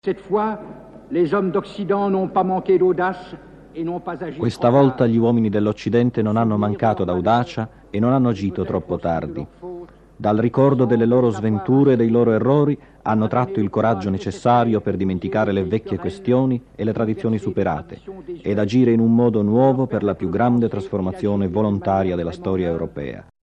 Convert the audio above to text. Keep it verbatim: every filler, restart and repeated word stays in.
Questa volta gli uomini dell'Occidente non hanno mancato d'audacia e non hanno agito troppo tardi. Dal ricordo delle loro sventure e dei loro errori hanno tratto il coraggio necessario per dimenticare le vecchie questioni e le tradizioni superate ed agire in un modo nuovo per la più grande trasformazione volontaria della storia europea.